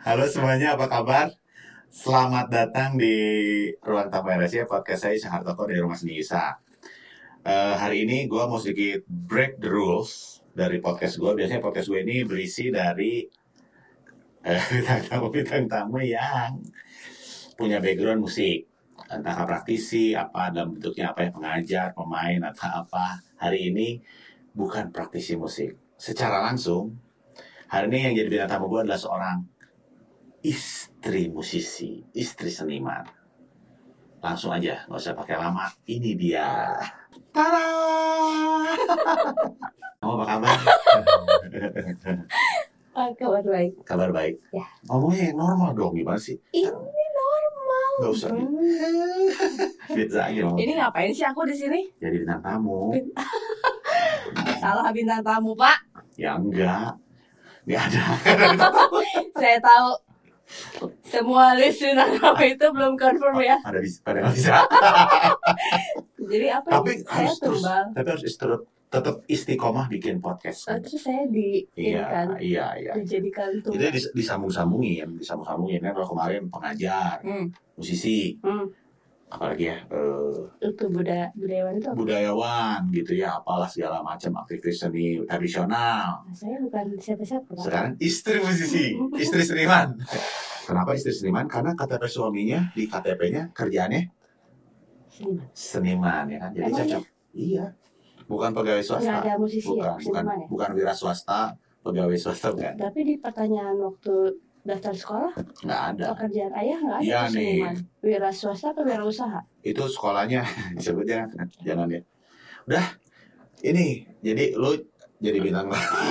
Halo semuanya, apa kabar? Selamat datang di Ruang Tamu RSY, podcast saya Sahartoko dari Rumah Seni Isa. Hari ini gue mau sedikit break the rules dari podcast gue. Biasanya podcast gue ini berisi dari bintang tamu yang punya background musik, entah praktisi, apa dalam bentuknya apa ya, pengajar, pemain atau apa. Hari ini bukan praktisi musik. Secara langsung, hari ini yang jadi bintang tamu gue adalah seorang istri musisi, istri seniman. Langsung aja, nggak usah pakai lama. Ini dia. Tada! Kamu apa kabar? Kabar baik. Kabar baik. Ya. Ngomongnya yang normal dong, gimana sih? Ini normal. Nggak usah. Biasa aja. Ini ngapain sih aku di sini? Jadi bintang tamu. Salah bintang tamu, Pak. Ya enggak. Nggak ada. Saya tahu. Semua listener aku itu belum confirm ya. Pada nggak bisa. Jadi apa? Tapi saya harus terus. tumbang. Tapi harus tetap istiqomah bikin podcast. Terus saya dijadikan Iya. dijadikan tumbang. Jadi disambung-sambungin kan. Kalau kemarin pengajar, musisi, apalagi ya, Itu budayawan itu apa? budayawan gitu ya, apalah segala macam, aktivis seni tradisional. Nah, saya bukan siapa-siapa, Pak. Sekarang istri musisi, istri seniman. Kenapa istri seniman? Karena KTP suaminya di KTP-nya kerjaannya seniman ya kan. Jadi Emang cocok. Iya. Bukan pegawai swasta. Nggak ada musisi bukan wira swasta, pegawai swasta bukan. Tapi di pertanyaan waktu daftar sekolah, Nggak ada. pekerjaan ayah nggak ada Iya seniman. Wira swasta atau wira usaha? Itu sekolahnya disebutnya jangan ya. Udah. Ini jadi lu jadi bintang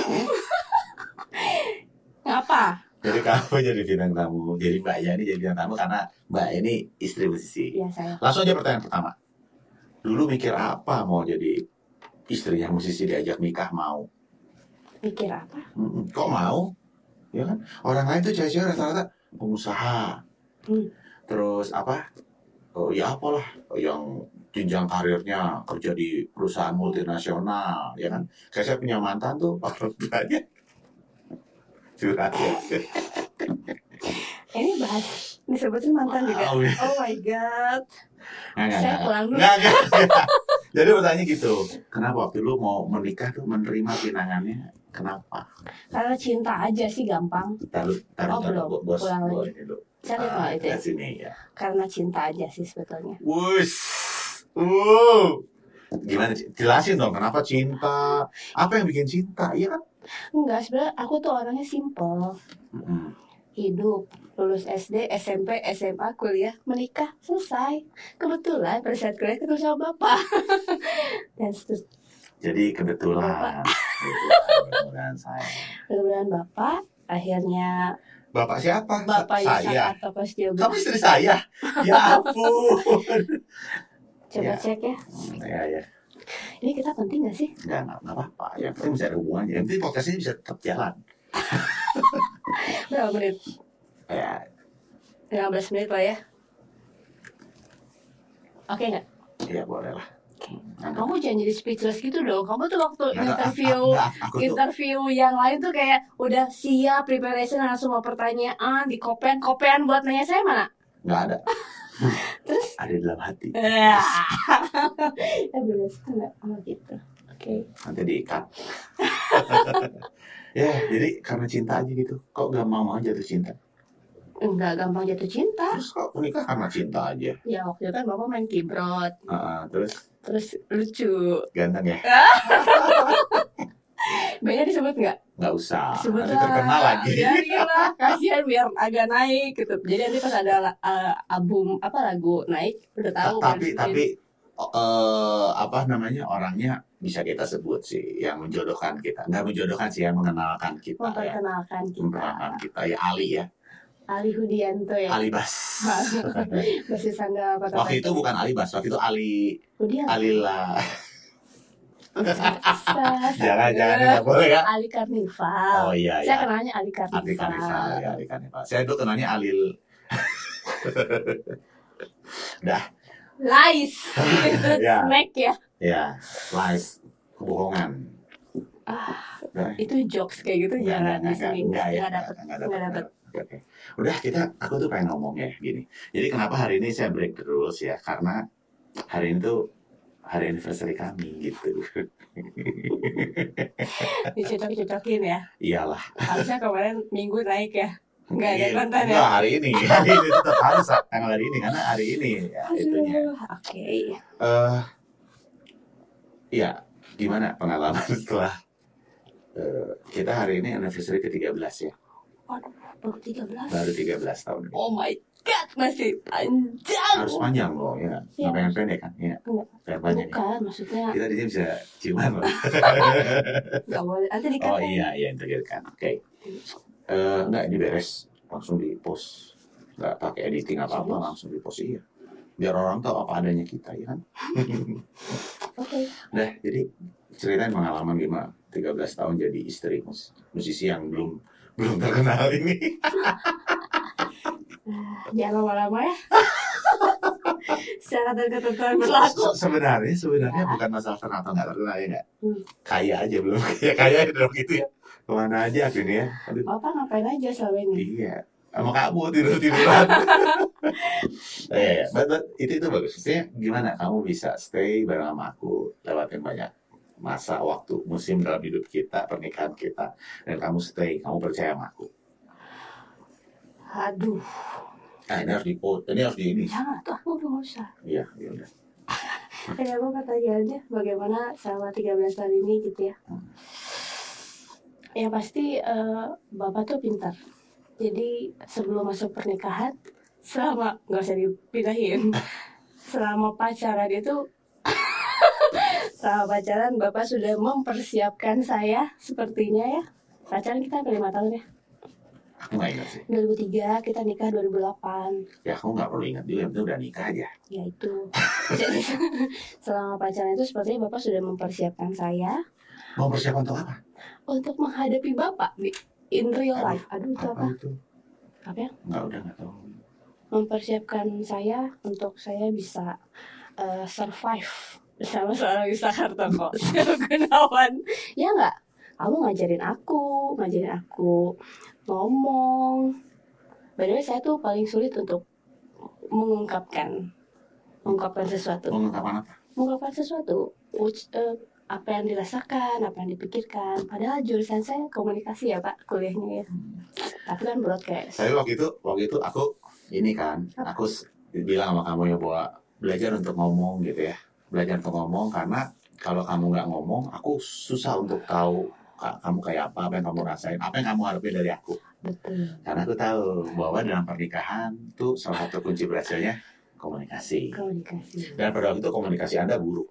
Ngapa? Jadi kamu jadi bintang tamu. Jadi Mbak Yani jadi bintang tamu karena Mbak ini istri musisi. Iya, saya. Langsung aja pertanyaan pertama. Dulu mikir apa mau jadi istrinya musisi, diajak nikah mau? Mikir apa? Kok mau? Ya kan? Orang lain tuh cewek-cewek rata-rata pengusaha. Terus apa? Oh ya apalah yang jenjang karirnya kerja di perusahaan multinasional, ya kan? Kayak saya punya mantan tuh, orang tuanya curhat ya. Ini bahas disebutin mantan juga. Oh, iya. Oh my god. Saya pulang dulu. Nggak. Jadi pertanyaan gitu, kenapa waktu lu mau menikah tuh menerima pinangannya? Kenapa? Karena cinta aja sih gampang. Taruh belum. bos. Pulang lagi. Ini dulu. Saya lihat itu ya. Sini ya. Karena cinta aja sih sebetulnya. Wush. Gimana? Jelasin dong kenapa cinta? Apa yang bikin cinta? Iya kan? Enggak, sebenarnya aku tuh orangnya simple. Hidup, lulus SD, SMP, SMA, kuliah, menikah, selesai. Kebetulan pada saat kuliah ketemu sama bapak. Dan jadi kebetulan saya. Kebetulan bapak, akhirnya Bapak siapa? Bapak saya. Atau pas dia Kamu istri saya? Ya ampun. Coba Ya. cek ya. Ya. Ini kita penting gak sih? Enggak apa-apa. Yang penting bisa ada hubungannya. Yang penting podcast ini bisa tetap jalan. Berapa menit? Ya. 15 menit lah ya. Oke gak? Iya boleh lah. Kamu jangan jadi speechless gitu dong. Kamu tuh waktu Aku tuh interview yang lain tuh kayak udah siap preparation dengan semua pertanyaan di kopian buat nanya saya mana? nggak ada. Terus? Ada di dalam hati. Ya beres enggak gitu. Oke. Nanti diikat. Ya jadi karena cinta aja gitu. Kok gampang mau jatuh cinta? Enggak gampang jatuh cinta. Terus kok menikah karena cinta aja? Ya waktu itu kan bapak main keyboard. Terus lucu. ganteng ya? Banyak disebut nggak? Nggak usah. Sebut Nanti terkenal lagi. Biarinlah, kasihan biar agak naik gitu. Jadi nanti pas ada album lagu naik udah tahu. Tapi apa namanya orangnya bisa kita sebut sih yang menjodohkan kita. Nggak menjodohkan sih, yang mengenalkan kita. Memperkenalkan kita. Memperkenalkan kita ya Ali ya. Ali Hudianto ya. Ali Bas. Basis Sangga Kota. Waktu itu bukan Ali Bas, waktu itu Ali Hudianto. Alila. Jangan Jangan boleh ya. Ali Karnival. Oh iya. Saya kenalnya Ali Karnival. Ali Karnival. Saya dulu kenalnya Alil. Dah. Lies. Itu Ya. snack ya. Ya, lies, kebohongan. Itu jokes kayak gitu jangan di sini. Nggak dapat. Oke. Udah aku tuh pengen ngomong ya gini. Jadi kenapa hari ini saya break the rules ya? Karena hari ini tuh hari anniversary kami gitu. Dicocok-cocokin ya. Iyalah. Harusnya kemarin minggu naik ya. Nggak ada konten ya. Enggak, hari ini tetap harus tanggal hari ini karena hari ini ya itunya. Oke. Ya, gimana pengalaman setelah kita hari ini anniversary ke-13 ya? Waduh, baru 13. Baru 13 tahun ini. Oh my god, masih panjang. Harus panjang loh ya. Nggak pengen pendek kan? Ya. Pengen panjang. Bukan, maksudnya. Kita di sini bisa ciuman loh. Nggak boleh, nanti dikatakan. Oh iya, itu kan. Oke. Enggak, ini beres. Langsung di post. Nggak pakai editing apa-apa, langsung di post iya. Biar orang tahu apa adanya kita ya kan. Oke. Nah, jadi ceritain pengalaman gimana 13 tahun jadi istri musisi yang belum terkenal ini. Jangan lama-lama ya. Secara ketentuan berlaku. Sebenarnya bukan masalah terkenal atau nggak terkenal ya nggak. Kaya aja belum. Kaya dong gitu ya. Kemana aja akhirnya. Aduh. Bapak ngapain aja selama ini? Iya. Sama kamu tiduran. Itu bagus. Maksudnya gimana kamu bisa stay bareng sama aku lewatin banyak masa waktu musim dalam hidup kita, pernikahan kita, dan kamu stay, kamu percaya sama aku. Aduh. Ini harus ini. Jangan, tuh aku udah nggak usah. Iya, udah. Kayak aku pertanyaannya bagaimana selama 13 tahun ini gitu ya. Ya pasti Bapak tuh pintar. Jadi sebelum masuk pernikahan, selama nggak usah dipindahin, selama pacaran itu, selama pacaran Bapak sudah mempersiapkan saya sepertinya ya. Pacaran kita hampir 5 tahun ya. Aku nggak ingat sih. 2003 kita nikah 2008. Ya aku nggak perlu ingat juga, itu udah nikah aja. Ya itu. Jadi selama pacaran itu sepertinya Bapak sudah mempersiapkan saya. Mempersiapkan untuk apa? Untuk menghadapi Bapak in real life. Aduh itu apa? Apa ya? Nggak tahu. Mempersiapkan saya untuk saya bisa survive bersama seorang Wisata Hartoko Gunawan. Ya nggak? Kamu ngajarin aku ngomong. By the way, saya tuh paling sulit untuk mengungkapkan sesuatu. Mengungkapkan sesuatu. Apa yang dirasakan, apa yang dipikirkan. Padahal jurusan saya komunikasi ya Pak, kuliahnya ya. Tapi kan broadcast. Tapi waktu itu aku bilang sama kamu ya bahwa belajar untuk ngomong gitu ya. Belajar untuk ngomong karena kalau kamu nggak ngomong, aku susah untuk tahu kamu kayak apa yang kamu rasain, apa yang kamu harapin dari aku. Betul. Karena aku tahu bahwa dalam pernikahan tuh salah satu kunci berhasilnya komunikasi. Dan pada waktu itu komunikasi Anda buruk.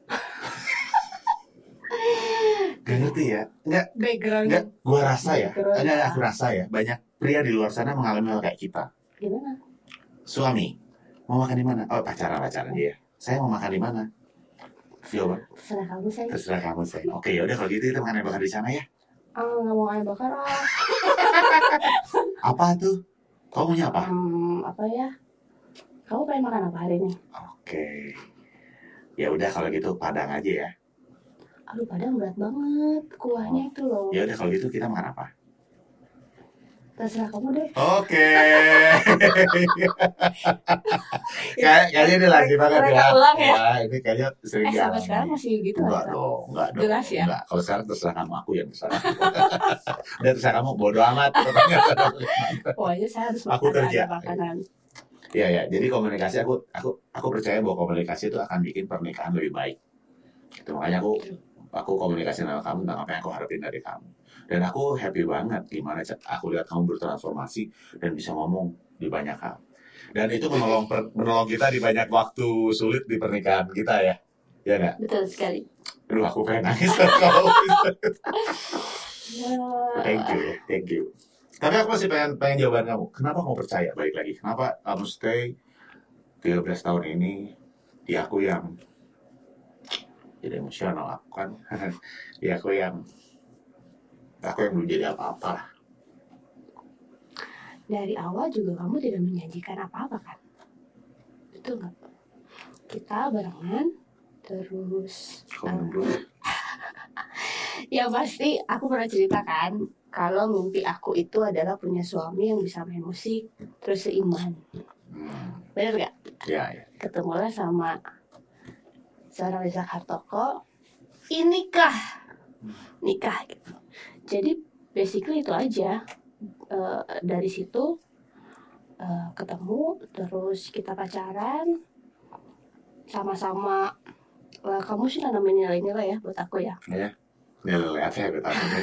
Gak ngerti ya? Enggak, aku rasa ya, banyak pria di luar sana mengalami hal kayak kita. Gimana? Suami, mau makan di mana? Oh, pacaran dia. Saya mau makan di mana? Vio, terserah kamu saya. Oke, yaudah kalau gitu kita makan ayam bakar di sana ya. Nggak mau ayam bakar Apa tuh? Kamu punya apa? Apa ya? Kamu pengen makan apa hari ini? Oke. Ya udah kalau gitu Padang aja ya. Aduh, Padang berat banget kuahnya itu loh. Ya udah kalau gitu kita makan apa? Terserah kamu deh. Oke. Kayaknya ini lagi banget ya. Ulang ya. Ini kayaknya sering sampai sekarang masih gitu. Enggak dong. Jelas ya. Enggak. Kalau sekarang terserah kamu, aku yang terserah. Dan terserah kamu, bodo amat. Pokoknya saya harus kerja. Makanan. Iya. Jadi komunikasi aku percaya bahwa komunikasi itu akan bikin pernikahan lebih baik. Itu makanya aku komunikasi sama kamu tentang apa yang aku harapin dari kamu. Dan aku happy banget gimana aku lihat kamu bertransformasi dan bisa ngomong di banyak hal. Dan itu menolong kita di banyak waktu sulit di pernikahan kita ya. Ya nggak? Betul sekali. Aduh, aku pengen nangis kalau Thank you. Tapi aku masih pengen jawaban kamu. Kenapa kamu percaya? Balik lagi. Kenapa kamu stay 13 tahun ini di aku yang jadi emosional aku kan. Di aku yang belum jadi apa-apa lah. Dari awal juga kamu tidak menjanjikan apa-apa kan? Betul nggak? Kita barengan terus. Ya pasti aku pernah ceritakan kalau mimpi aku itu adalah punya suami yang bisa main musik terus seiman. Bener gak? Ya, ya. Ketemulah sama seorang Reza Hartoko, nikah gitu. Jadi basically itu aja. Dari situ ketemu, terus kita pacaran, sama-sama. Kamu sih nanamin nilai-nilai ya buat aku ya. Ya. Nilai apa ya buat aku?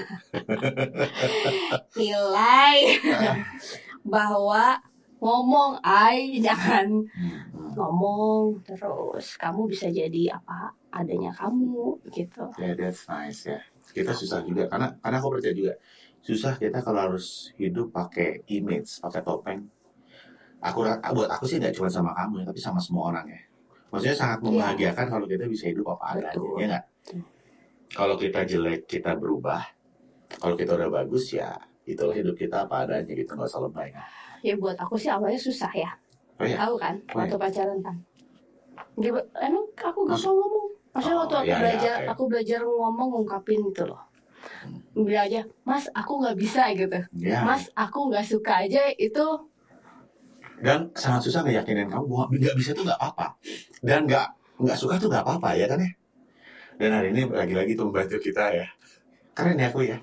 Nilai bahwa ngomong, jangan ngomong terus. Kamu bisa jadi apa adanya kamu gitu. Yeah, that's nice ya. Kita susah juga karena aku percaya juga susah kita kalau harus hidup pakai image, pakai topeng. Buat aku sih nggak cuma sama kamu ya, tapi sama semua orang ya. Maksudnya sangat membahagiakan kalau kita bisa hidup apa adanya, ya nggak? Kalau kita jelek kita berubah, kalau kita udah bagus ya itulah hidup kita apa adanya gitu, nggak usah lebay. Ya buat aku sih awalnya susah ya. Oh, ya? Tahu kan waktu pacaran kan. Emang aku gak mau ngomong. Maksudnya waktu aku belajar ngomong ngungkapin gitu loh. Bilang aja, Mas aku nggak bisa gitu. Ya. Mas aku nggak suka aja itu. Dan sangat susah ngeyakinin kamu bahwa nggak bisa tuh nggak apa-apa. Dan nggak suka tuh nggak apa-apa ya kan ya. Dan hari ini lagi-lagi tuh membantu kita ya. Keren ya aku ya.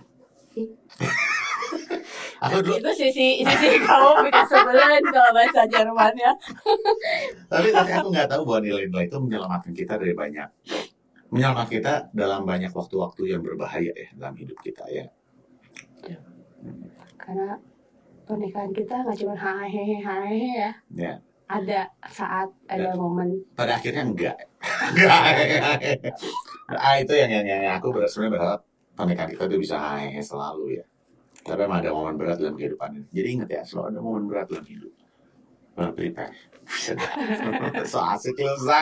Aku dulu itu sisi kamu bikin sebelum kalau bahasa Jermannya. tapi aku nggak tahu bahwa nilai-nilai itu menyelamatkan kita dari menyelamatkan kita dalam banyak waktu-waktu yang berbahaya ya dalam hidup kita ya. Karena pernikahan kita nggak cuma hehehe ya. Ya. Ada saat, ada momen. Pada akhirnya enggak. Itu yang aku sebenarnya berharap pernikahan kita itu bisa hehehe selalu ya. Tapi emang ada momen berat dalam kehidupan ini. Jadi ingat ya, selalu ada momen berat dalam hidup. Prepare. So asik lu, Zak.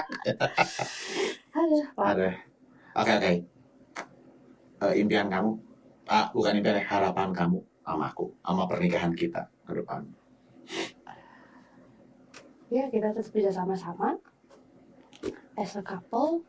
Ada. Oke. Impian kamu, bukan impian, harapan kamu sama aku, sama pernikahan kita ke depan. Ya, kita terus bisa sama-sama as a couple,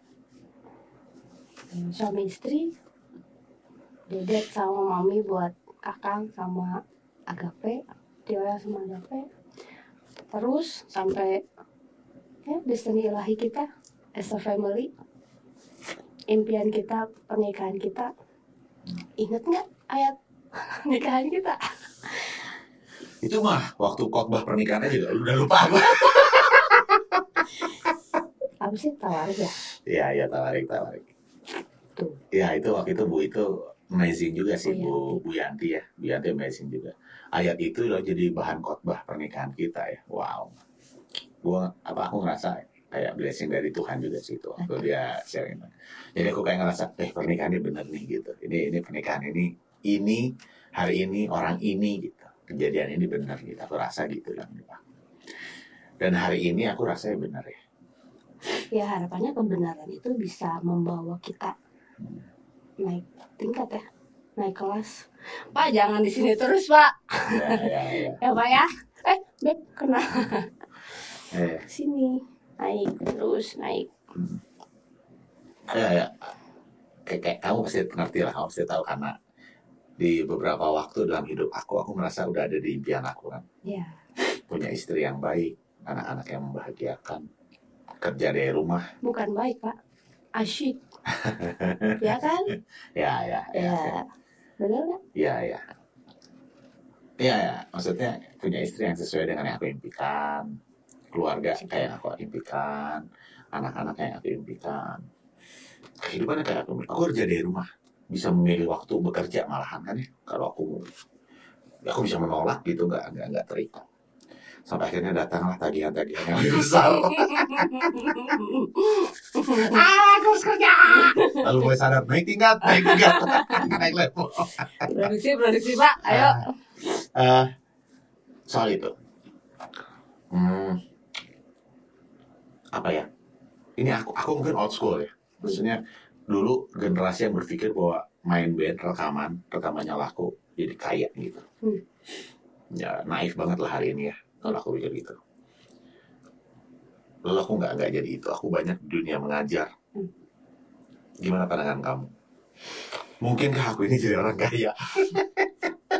suami istri, dedek sama mami buat Kakang sama Agape, Tiola sama Agape, terus sampai ya destiny ilahi kita as a family, impian kita, pernikahan kita. Ingat nggak ayat nikahan kita? Itu mah waktu khotbah pernikahannya juga udah lupa. Apa sih tawarik ya? Iya tawarik. Tuh. Ya itu waktu itu Bu itu amazing juga sih Bu Yanti ya. Bu Yanti amazing juga. Ayat itu loh jadi bahan khotbah pernikahan kita ya. Wow. Aku ngerasa kayak blessing dari Tuhan juga sih itu waktu dia sharing. Jadi aku kayak ngerasa pernikahan ini bener nih gitu. Ini pernikahan ini hari ini orang ini gitu. Kejadian ini benar gitu. Aku rasa gitu lah. Dan hari ini aku rasanya benar ya. Ya harapannya kebenaran itu bisa membawa kita naik tingkat ya, naik kelas. Pak jangan di sini terus Pak. Ya. Ya Pak ya. Beb kena. Sini naik terus naik. Ya. Kayak kamu pasti ngerti lah, kamu pasti tahu karena di beberapa waktu dalam hidup aku merasa udah ada di impian aku kan. Iya. Punya istri yang baik, anak-anak yang membahagiakan, kerja dari rumah. Bukan baik Pak, asyik. Ya kan? Ya. Benar nggak? Ya. Maksudnya punya istri yang sesuai dengan yang aku impikan, keluarga kayak yang aku impikan, anak-anak yang aku impikan. Kehidupannya kayak aku kerja dari rumah. Bisa memilih waktu bekerja malahan kan ya. Kalau aku bisa menolak gitu, nggak terikat. Sampai akhirnya datanglah tagihan-tagihan yang lebih besar. Aku harus kerja. Lalu mulai sadar naik tingkat, naik level. Produksi Pak, ayo. Soal itu, apa ya? Ini aku mungkin old school ya. Maksudnya dulu generasi yang berpikir bahwa main band rekamannya laku jadi kaya gitu. Ya naif banget lah hari ini ya kalau aku pikir gitu. Lalu aku nggak jadi itu. Aku banyak di dunia mengajar. Gimana pandangan kamu? Mungkinkah aku ini jadi orang kaya?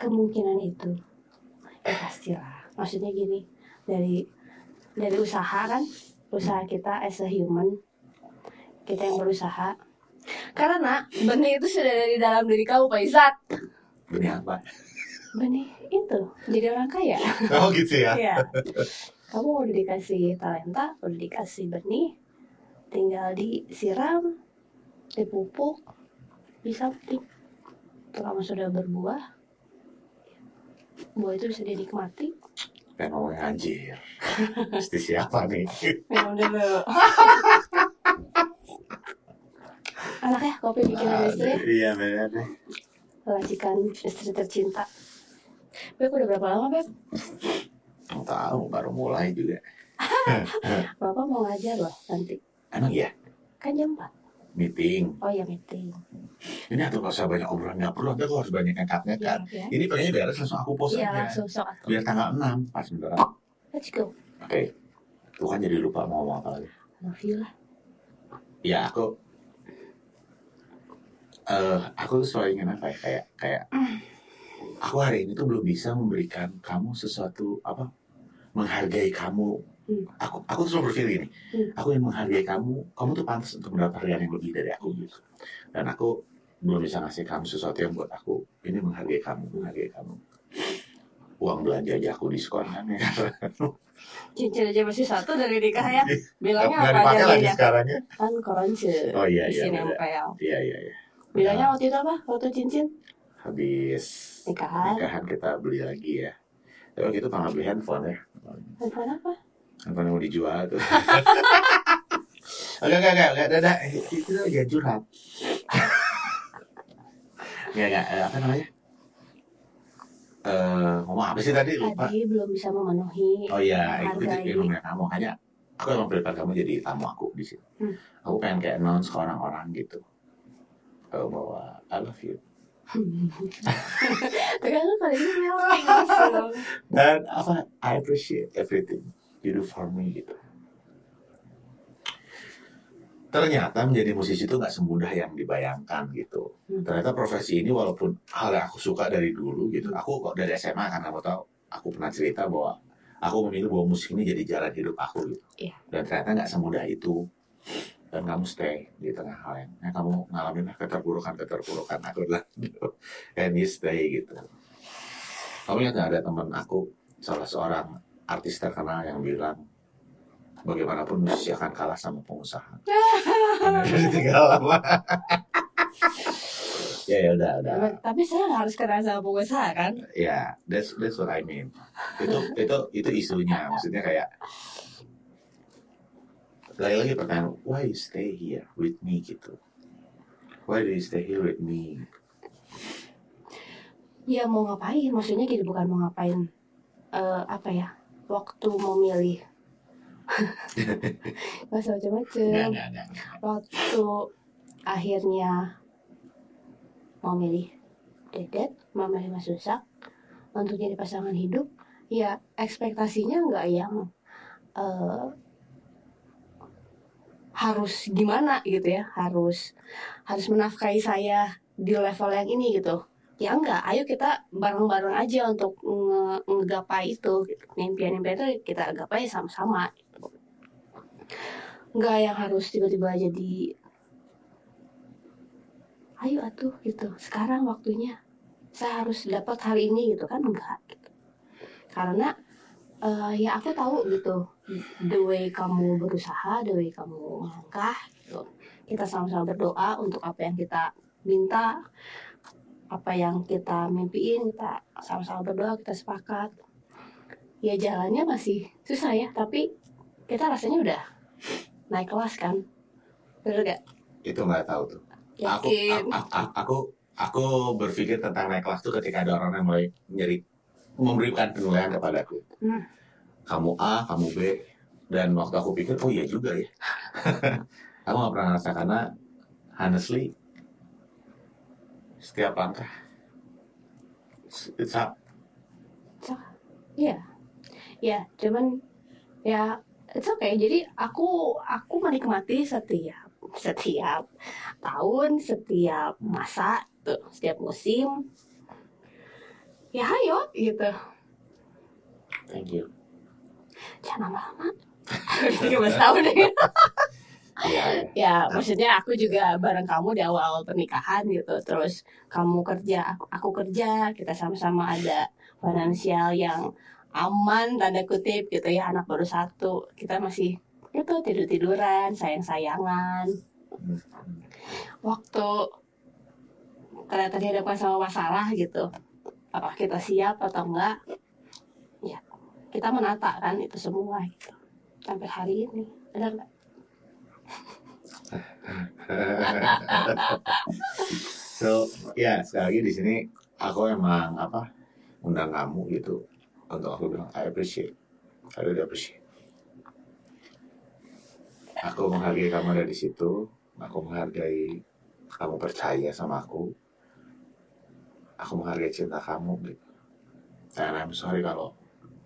kemungkinan itu ya pastilah. Maksudnya gini, dari usaha kan, usaha kita as a human, kita yang berusaha. Karena benih itu sudah dari dalam diri kamu, Pak Izat. Benih apa? Benih itu jadi orang kaya. Oh gitu ya. Iya. Kamu udah dikasih talenta, udah dikasih benih, tinggal disiram, dipupuk, bisa petik. Kalau kamu sudah berbuah, buah itu bisa dinikmati. Pengen ngomongin anjir. Mesti siapa nih? Minum dulu. Enak ya kopi bikinan istri? Iya benar deh. Racikan istri tercinta. Beb, udah berapa lama, Beb? Nggak tahu, baru mulai juga. Bapak mau ngajar loh nanti. Emang iya? Kan jam 4. Meeting. Oh ya, meeting. Ini atau nggak usah banyak obrolan, nggak perlu. Nanti aku harus banyak ngangkatnya kan. Ya. Ini pengennya beres langsung aku post Iya, aja. langsung sok atuh. Biar tanggal 6 pas beneran. Let's go. Oke. Tuh kan jadi lupa mau ngomong apa lagi. Love you lah. Ya aku selalu ingin apa ya, kayak aku hari ini tuh belum bisa memberikan kamu sesuatu apa, menghargai kamu. Aku selalu berpikir gini, aku ingin menghargai kamu tuh pantas untuk mendapat harga yang lebih dari aku gitu. Dan aku belum bisa ngasih kamu sesuatu yang buat aku ini menghargai kamu. Uang belanja aja aku diskon kan ya. Cincin aja masih satu dari nikah ya. Bilangnya Nggak apa dipakai aja lagi dia? sekarang ya. Kan koronce. Oh iya Di sini bener. MPL. Iya. Bilangnya waktu itu apa? Waktu cincin? Habis nikahan kita beli lagi ya. Tapi waktu itu pernah beli handphone ya. Handphone apa? Handphone yang mau dijual tuh. Enggak, dadah. Itu ya curhat. Enggak, apa namanya? Ngomong apa sih tadi? Lupa. Tadi belum bisa memenuhi. Oh iya, itu menghargai. ilmunya kamu. Makanya aku emang prepare kamu jadi tamu aku di sini. Aku pengen kayak announce ke orang-orang gitu. Bahwa I love you. Tergantung kali ini melting langsung. Dan apa? I appreciate everything you do for me gitu. Ternyata menjadi musisi itu nggak semudah yang dibayangkan gitu. Ternyata profesi ini walaupun hal yang aku suka dari dulu gitu. Aku kok dari SMA kan kamu tahu, aku pernah cerita bahwa aku memilih bahwa musik ini jadi jalan hidup aku gitu. Iya. Dan ternyata nggak semudah itu. Dan kamu stay di tengah hal yang kamu ngalamin keterpurukan aku bilang gitu. And you stay gitu. Kamu ingat nggak ada teman aku, salah seorang artis terkenal yang bilang, bagaimanapun musisi akan kalah sama pengusaha. Jadi tinggal lama. Ya udah. Tapi saya nggak harus kenal sama pengusaha kan? Ya, that's what I mean. Itu isunya. Maksudnya kayak lagi pertanyaan, why you stay here with me gitu? Why do you stay here with me? Ya mau ngapain? Maksudnya gitu, bukan mau ngapain. Apa ya? Waktu mau milih. Masa macam-macam. Nggak. Waktu akhirnya mau milih Dedet, mau milih Mas Susak untuk jadi pasangan hidup, ya ekspektasinya nggak yang harus gimana gitu ya, harus menafkahi saya di level yang ini gitu. Ya enggak, ayo kita bareng-bareng aja untuk ngegapai itu gitu. Impian-impian itu kita gapai sama-sama gitu. Enggak yang harus tiba-tiba jadi ayo atuh gitu, sekarang waktunya saya harus dapat hari ini gitu kan, enggak gitu. Karena ya aku tahu gitu, the way kamu berusaha, the way kamu melangkah gitu. Kita sama-sama berdoa untuk apa yang kita minta, apa yang kita mimpiin, kita sama-sama berdoa, kita sepakat. Ya jalannya masih susah ya, tapi kita rasanya udah naik kelas kan, bener gak? Itu nggak tahu tuh. Aku berpikir tentang naik kelas tuh ketika ada orang yang mulai memberikan penilaian kepadaku. Kamu A, kamu B, dan waktu aku pikir, oh iya juga ya. Kamu nggak pernah ngerasa karena honestly setiap langkah it's up. Ya, cuman ya it's okay. Jadi aku menikmati setiap tahun, setiap masa tuh, setiap musim. ya ayo gitu. Thank you. Jangan lama-lama. 13 tahun deh. Iya. Ya maksudnya aku juga bareng kamu di awal pernikahan gitu. Terus kamu kerja, aku kerja, kita sama-sama ada finansial yang aman tanda kutip gitu ya. Anak baru 1, kita masih itu tidur-tiduran, sayang-sayangan. Waktu ternyata dihadapkan sama masalah gitu, apa kita siap atau enggak, ya kita menata kan itu semua gitu sampai hari ini. Benar nggak? So ya sekali lagi di sini aku emang undang kamu gitu untuk aku bilang I really appreciate. Aku menghargai kamu ada di situ. Aku menghargai kamu percaya sama aku. Aku menghargai cinta kamu gitu. And I'm sorry kalau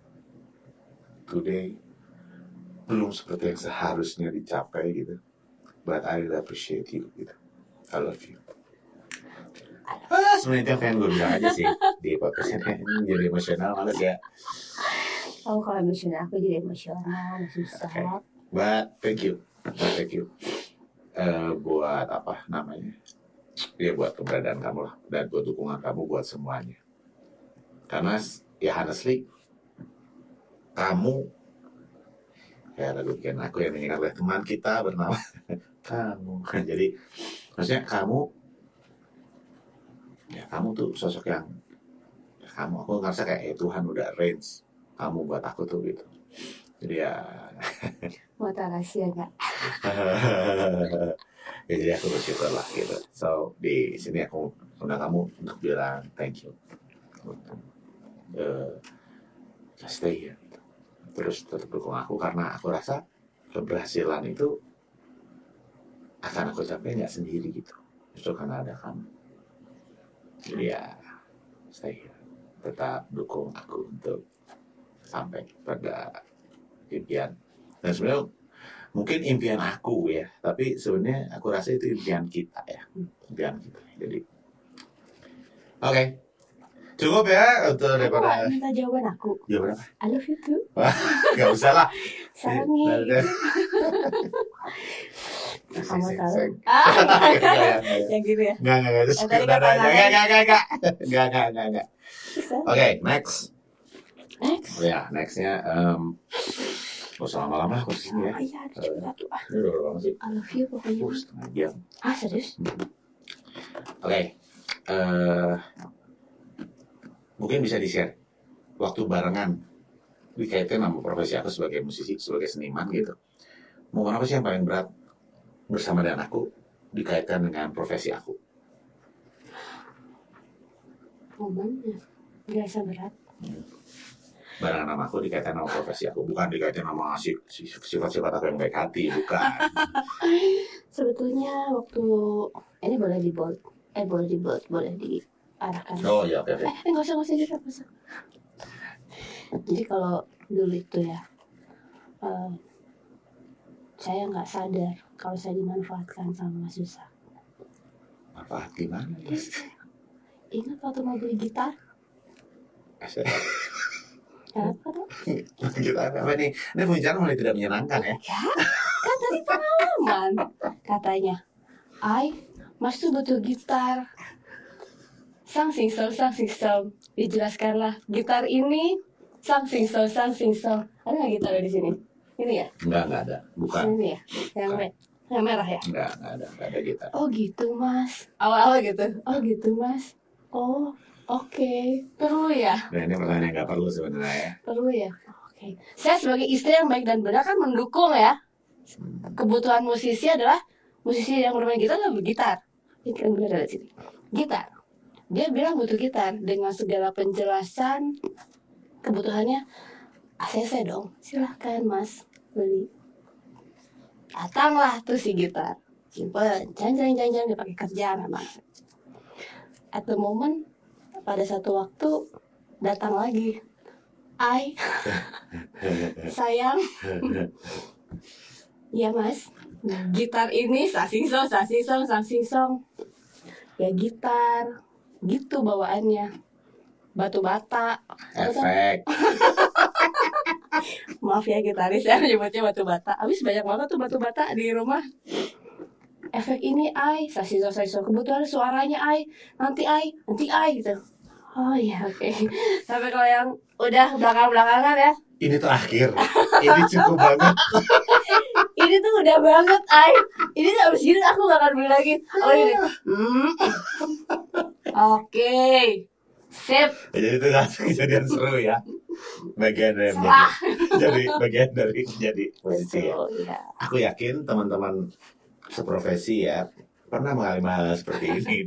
today belum seperti yang seharusnya dicapai gitu. But I really appreciate you gitu. I love you. Sebenarnya itu yang pengen gue bilang aja sih di podcast ini. Jadi emosional males ya. Oh kalau emosional aku jadi emosional susah. Okay. But thank you. Buat ya buat keberadaan kamu lah, dan buat dukungan kamu buat semuanya. Karena ya honestly kamu ya lagu bikin aku yang diingat oleh teman kita bernama kamu. Jadi maksudnya kamu tuh sosok yang aku ngerasa kayak Tuhan udah arrange kamu buat aku tuh gitu. Jadi ya mau rahasia nggak? Ya jadi aku bersyukur lah gitu. So di sini aku undang kamu untuk bilang thank you. Just stay here. Terus tetap dukung aku karena aku rasa keberhasilan itu akan aku capai nggak sendiri gitu. Justru karena ada kamu. Jadi ya stay here. Tetap dukung aku untuk sampai pada impian. Dan sebenarnya mungkin impian aku ya, tapi sebenarnya aku rasa itu impian kita ya, impian kita. Jadi, oke, cukup ya untuk daripada. Minta jawaban aku. Jawaban apa? I love you too. Gak usah lah. Sarangnya. Kamu tahu? Yang gitu ya? Enggak. Oke, next. Ya, nextnya. Gak usah lama-lama aku sini ya. Iya, ada tuh. Ini udah berapa sih? I love you pokoknya. Setengah jam. Serius? Oke. Mungkin bisa di-share waktu barengan dikaitkan sama profesi aku sebagai musisi, sebagai seniman gitu. Momen apa sih yang paling berat bersama dengan aku dikaitkan dengan profesi aku? Momennya biasa berat. Barengan sama aku dikaitkan sama profesi aku, bukan dikaitkan sama sifat-sifat aku yang baik hati, bukan. Sebetulnya waktu ini boleh boleh diarahkan. Oh ya, oke. Nggak usah gitu. Jadi kalau dulu itu ya, saya nggak sadar kalau saya dimanfaatkan sama Mas Yusa. Manfaat gimana? Ingat waktu mau beli gitar? Apa tuh? Gitar apa nih? Ini pembicaraan mulai tidak menyenangkan ya? Kan tadi pengalaman katanya. Mas tuh butuh gitar. Sang sing song. Dijelaskanlah gitar ini sang sing song. Ada nggak gitar di sini? Ini ya? Enggak ada. Bukan. Ini ya? Yang merah ya? Enggak ada gitar. Oh gitu Mas. Awal-awal gitu. Oh gitu Mas. Oh oke. Perlu ya? Nah ini pertanyaan yang nggak perlu sebenarnya ya. Perlu ya? Oke. Saya sebagai istri yang baik dan benar kan mendukung ya. Kebutuhan musisi adalah musisi yang bermain gitar adalah bergitar. Ini kan benar dari sini. Gitar. Dia bilang butuh gitar dengan segala penjelasan kebutuhannya. ACC dong. Silahkan Mas beli. Datanglah tuh si gitar. Simple. Jangan dipakai kerjaan memang. At the moment pada satu waktu datang lagi. Sayang. Ya Mas, gitar ini sasing song. Ya gitar, gitu bawaannya. batu bata. Efek. Maaf ya gitaris ya nyebutnya batu bata. Habis banyak banget tuh batu bata di rumah. Efek ini sasiso kebetulan suaranya nanti gitu. Oh iya oke. Sampai kalau yang udah belakangan ya. Ini terakhir. Ini cukup banget. Ini tuh udah banget Ini tuh abis ini aku gak akan beli lagi. Oh ini. Oke. Sip. Jadi itu kejadian seru ya. Bagian dari jadi musisi ya. Aku yakin teman-teman seprofesi ya pernah mengalami hal seperti ini.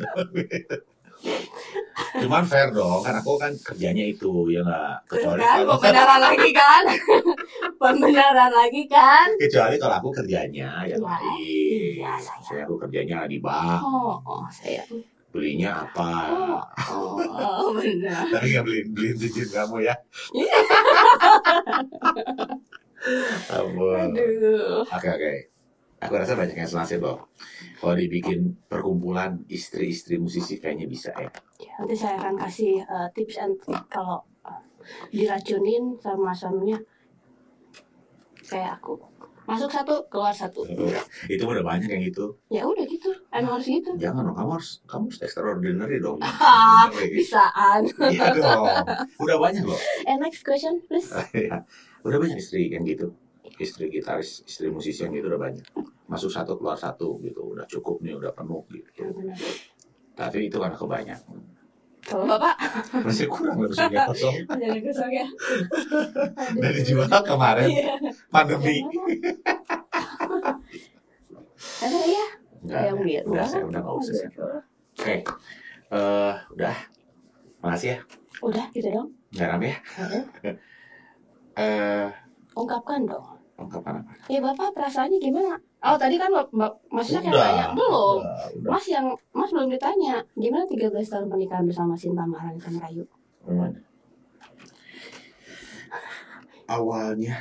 Cuman fair dong, kan aku kan kerjanya itu ya nggak. Kecuali kan, kalau pembenaran lagi kan. Kecuali kalau aku kerjanya yang lain. Saya aku kerjanya di bank. Saya belinya apa? Benar. Tapi nggak beliin cincin kamu ya. Aduh. Oke. Aku rasa banyak yang senasib loh. Kalau dibikin perkumpulan istri-istri musisi kayaknya bisa ya. Nanti saya akan kasih tips and trick kalau diracunin sama suaminya kayak aku. Masuk satu, keluar satu. Itu udah banyak yang gitu. Ya udah gitu, emang harus gitu. Jangan dong, kamu harus extraordinary dong. Bisaan. Iya dong. Udah banyak loh. Next question please. Udah banyak istri yang gitu. Istri gitaris, istri musisi yang gitu udah banyak. Masuk satu, keluar satu gitu. Udah cukup nih, udah penuh gitu. Tapi itu karena kebanyakan. Kalau Bapak masih kurang musiknya kosong. Jadi kosong ya. Dan dijual kemarin pandemi. Ada ya? Enggak, udah nggak usah sih. Oke, udah. Makasih ya. Udah gitu dong. Garam ya. Ungkapkan dong. Ungkapkan apa? Ya Bapak perasaannya gimana? Oh tadi kan Masnya kan tanya belum. Mas belum ditanya. Gimana 13 tahun pernikahan bersama Sinta Maharani dan Rayu? Awalnya.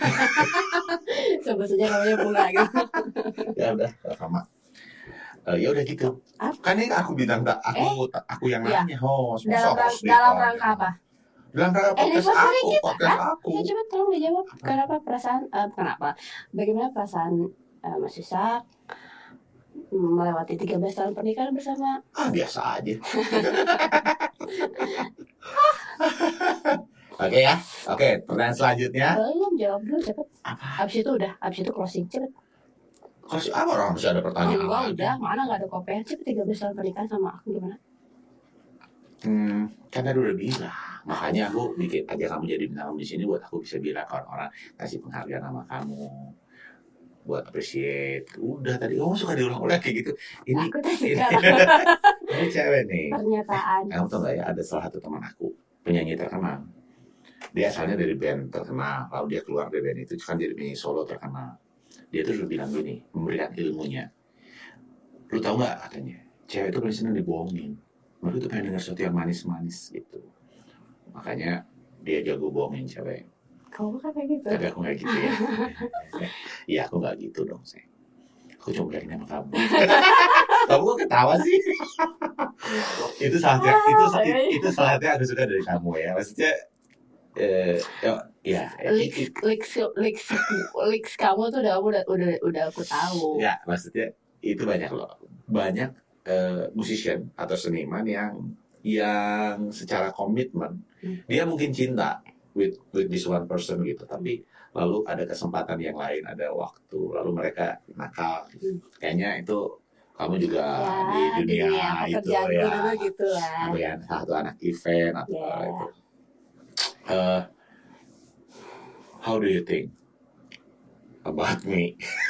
Sebut saja namanya Bunga gitu. Ya udah sama. Ya udah gitu. Kan ini aku bidang aku yang nanya host. Dalam rangka apa? Dalam rangka podcast aku. Ya coba tolong dijawab. Kenapa? Bagaimana perasaan Mas Isak melewati 13 tahun pernikahan bersama? Biasa aja. Oke ya. Oke, pertanyaan selanjutnya. Belum, jawab dulu cepet. Apa? Abis itu closing cepet. Closing apa orang masih ada pertanyaan? Udah, mana nggak ada kopi? Cepet 13 tahun pernikahan sama aku gimana? Kan tadi udah bilang. Makanya aku bikin aja kamu jadi bintang di sini buat aku bisa bilang ke orang-orang kasih penghargaan sama kamu. Buat appreciate. Udah tadi kamu suka diulang-ulang kayak gitu. Ini cewek nih. Pernyataan. Kamu tau gak ya, ada salah satu teman aku, penyanyi terkenal. Dia asalnya dari band terkenal. Lalu dia keluar dari band itu kan jadi penyanyi solo terkenal. Dia tuh udah bilang gini, memberikan ilmunya. Lu tau gak katanya, cewek itu paling senang dibohongin. Mereka tuh pengen denger sesuatu yang manis-manis gitu. Makanya dia jago bohongin cewek. Kamu kan kayak gitu. Tapi aku gak gitu ya. Iya aku gak gitu dong saya. Aku cuma bilangin sama kamu. Kamu kok ketawa sih? Itu salatnya aku suka dari kamu ya. Maksudnya Leaks kamu tuh udah aku tahu. Ya maksudnya itu banyak loh. Banyak musician atau seniman yang secara komitmen dia mungkin cinta with this one person gitu, tapi lalu ada kesempatan yang lain, ada waktu, lalu mereka nakal gitu. Kayaknya itu kamu juga di dunia itu ya gitu lah. Satu anak event atau itu. How do you think about me?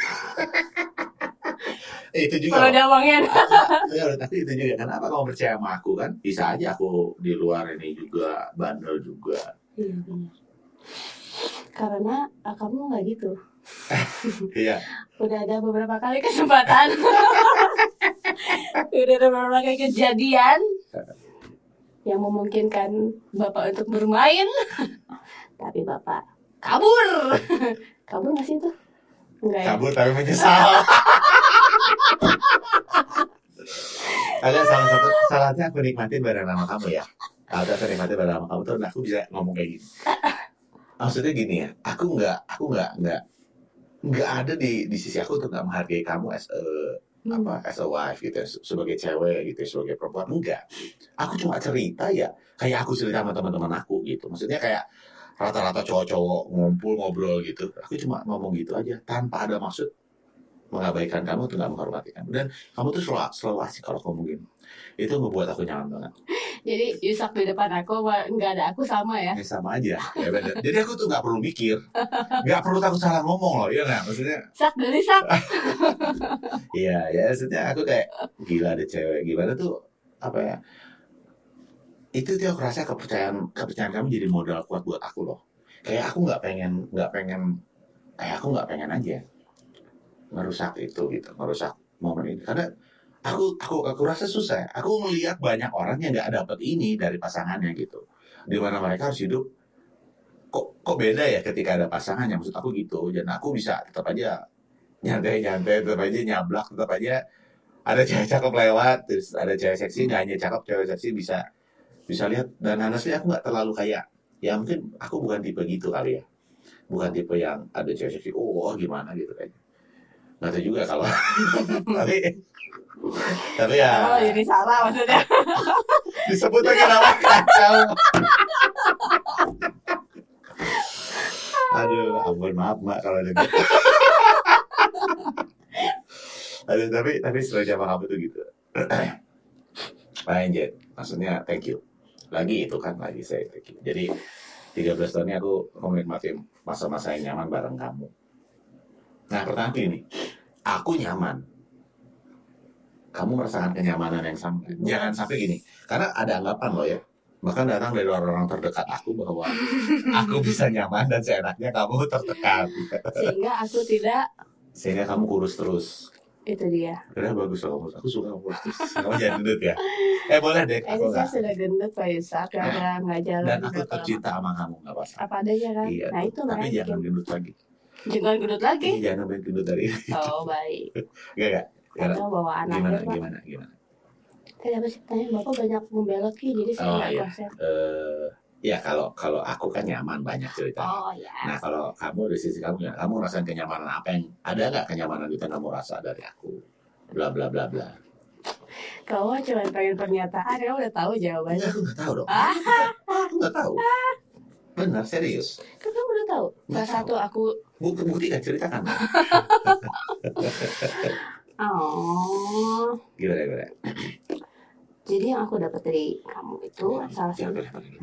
Itu juga. Kalau diomongin. Tapi itu juga. Kenapa kamu percaya sama aku kan? Bisa aja aku di luar ini juga bandel juga. Iya benar. Karena kamu nggak gitu. Iya. Udah ada beberapa kali kesempatan. Udah ada beberapa kali kejadian yang memungkinkan Bapak untuk bermain. Tapi Bapak kabur. Kabur nggak sih itu? Enggak ya? Kabur tapi menyesal. Ada salahnya aku nikmatin bareng sama kamu ya. Aku akan nikmati bersama kamu tuh, aku bisa ngomong kayak gini. Maksudnya gini ya, aku nggak ada di sisi aku untuk nggak menghargai kamu as a wife gitu ya, sebagai cewek gitu ya, sebagai perempuan. Enggak, aku cuma cerita ya kayak aku cerita sama teman-teman aku gitu. Maksudnya kayak rata-rata cowok-cowok ngumpul ngobrol gitu, aku cuma ngomong gitu aja tanpa ada maksud mengabaikan kamu atau nggak menghormati kamu. Dan kamu tuh selalu asik kalau ngomong gitu. Itu ngebuat aku nyaman banget. Jadi Yusak di depan aku nggak ada aku sama ya? Ya sama aja ya, bener. Jadi aku tuh nggak perlu mikir, nggak perlu takut salah ngomong loh, iya nggak, maksudnya Sak dari sak. iya ya, maksudnya aku kayak gila ada cewek gimana tuh, apa ya, itu tuh aku rasa kepercayaan kamu jadi modal kuat buat aku loh. Kayak aku nggak pengen kayak aku nggak pengen aja ngerusak itu gitu, ngerusak momen ini, karena aku rasa susah. Aku melihat banyak orang yang nggak dapet ini dari pasangannya gitu, dimana mereka harus hidup kok beda ya ketika ada pasangannya, maksud aku gitu. Dan aku bisa tetap aja nyantai, tetap aja nyablak, tetap aja ada cewek cakep lewat, terus ada cewek seksi, nggak hanya cakep, cewek seksi bisa lihat. Dan honestly aku nggak terlalu kayak, ya mungkin aku bukan tipe gitu kali ya, bukan tipe yang ada cewek seksi gimana gitu kayaknya, nggak tahu juga kalau tapi ya jadi salah maksudnya. disebut lagi nama kacau. Aduh, ampun, maaf mbak kalau ada gitu. Aduh, tapi sebenarnya sama kamu tuh gitu. Jet, maksudnya thank you. Lagi itu kan, lagi saya thank you. Jadi 13 tahun ini aku menikmati masa-masa yang nyaman bareng kamu. Nah, pertanyaan ini, aku nyaman, kamu merasakan kenyamanan yang sama. Jangan sampai gini, karena ada anggapan loh ya, bahkan datang dari orang-orang terdekat aku bahwa aku bisa nyaman dan seenaknya kamu tertekan. Sehingga kamu kurus terus. Itu dia. Udah bagus loh, aku suka kamu kurus terus. Kamu jangan gendut ya. Boleh deh. Aku saya sudah gendut Pak Yusak, karena nggak jalan. Dan aku tercinta sama kamu, nggak apa-apa. Apa adanya kan? Iya, nah itu tapi jangan gendut lagi. Jangan gendut lagi? Jangan sampai gendut dari ini. Oh baik. Gak. Atau bawa anaknya Gimana? Kenapa sih tanya Bapak banyak membelot Ki, jadi saya nggak konsep. Ya kalau aku kan nyaman banyak cerita. Oh ya. Nah kalau kamu dari sisi kamu ya, kamu ngerasain kenyamanan apa yang ada nggak kenyamanan itu yang kamu rasa dari aku? Bla bla bla bla. Kamu cuma pengen pernyataan, kamu udah tahu jawabannya. Aku nggak tahu dong. Aku nggak tahu. Benar, serius. Kan kamu udah tahu. Salah satu aku. Buktikan, ceritakan. Oh. Gimana? Jadi yang aku dapat dari kamu itu salah satu.